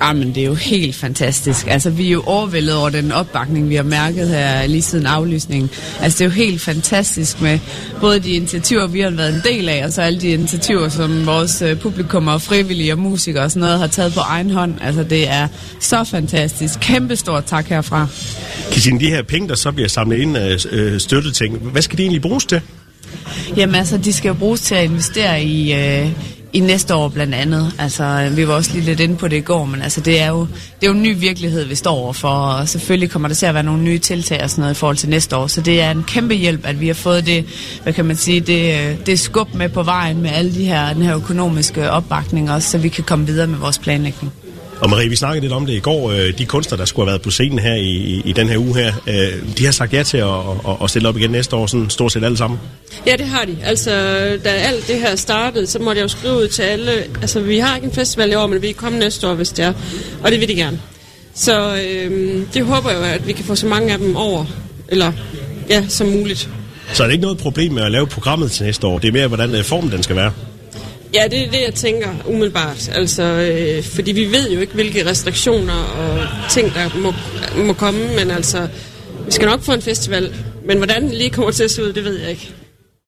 Men det er jo helt fantastisk. Altså, vi er jo overvældet over den opbakning, vi har mærket her lige siden aflysningen. Altså, det er jo helt fantastisk med både de initiativer, vi har været en del af, og så alle de initiativer, som vores publikum og frivillige og musikere og sådan noget har taget på egen hånd. Altså, det er så fantastisk. Kæmpe stort tak herfra. Christine, de her penge, der så bliver samlet ind af støtteting, hvad skal de egentlig bruges til? Jamen altså, de skal jo bruges til at investere i næste år blandt andet. Altså, vi var også lige lidt inde på det i går, men altså, det er jo en ny virkelighed, vi står overfor, og selvfølgelig kommer der til at være nogle nye tiltag og sådan noget i forhold til næste år. Så det er en kæmpe hjælp, at vi har fået det, hvad kan man sige, det skub med på vejen med alle den her økonomiske opbakning også, så vi kan komme videre med vores planlægning. Og Marie, vi snakkede lidt om det i går. De kunstnere, der skulle have været på scenen her i den her uge her, de har sagt ja til at stille op igen næste år, sådan stort set alle sammen. Ja, det har de. Altså, da alt det her startede, så måtte jeg jo skrive ud til alle. Altså, vi har ikke en festival i år, men vi kommer næste år, hvis det er. Og det vil de gerne. Så det håber jeg jo, at vi kan få så mange af dem over, eller ja, som muligt. Så er det ikke noget problem med at lave programmet til næste år? Det er mere, hvordan formen den skal være? Ja, det er det, jeg tænker umiddelbart. Altså, fordi vi ved jo ikke, hvilke restriktioner og ting, der må komme, men altså, vi skal nok få en festival. Men hvordan den lige kommer til at se ud, det ved jeg ikke.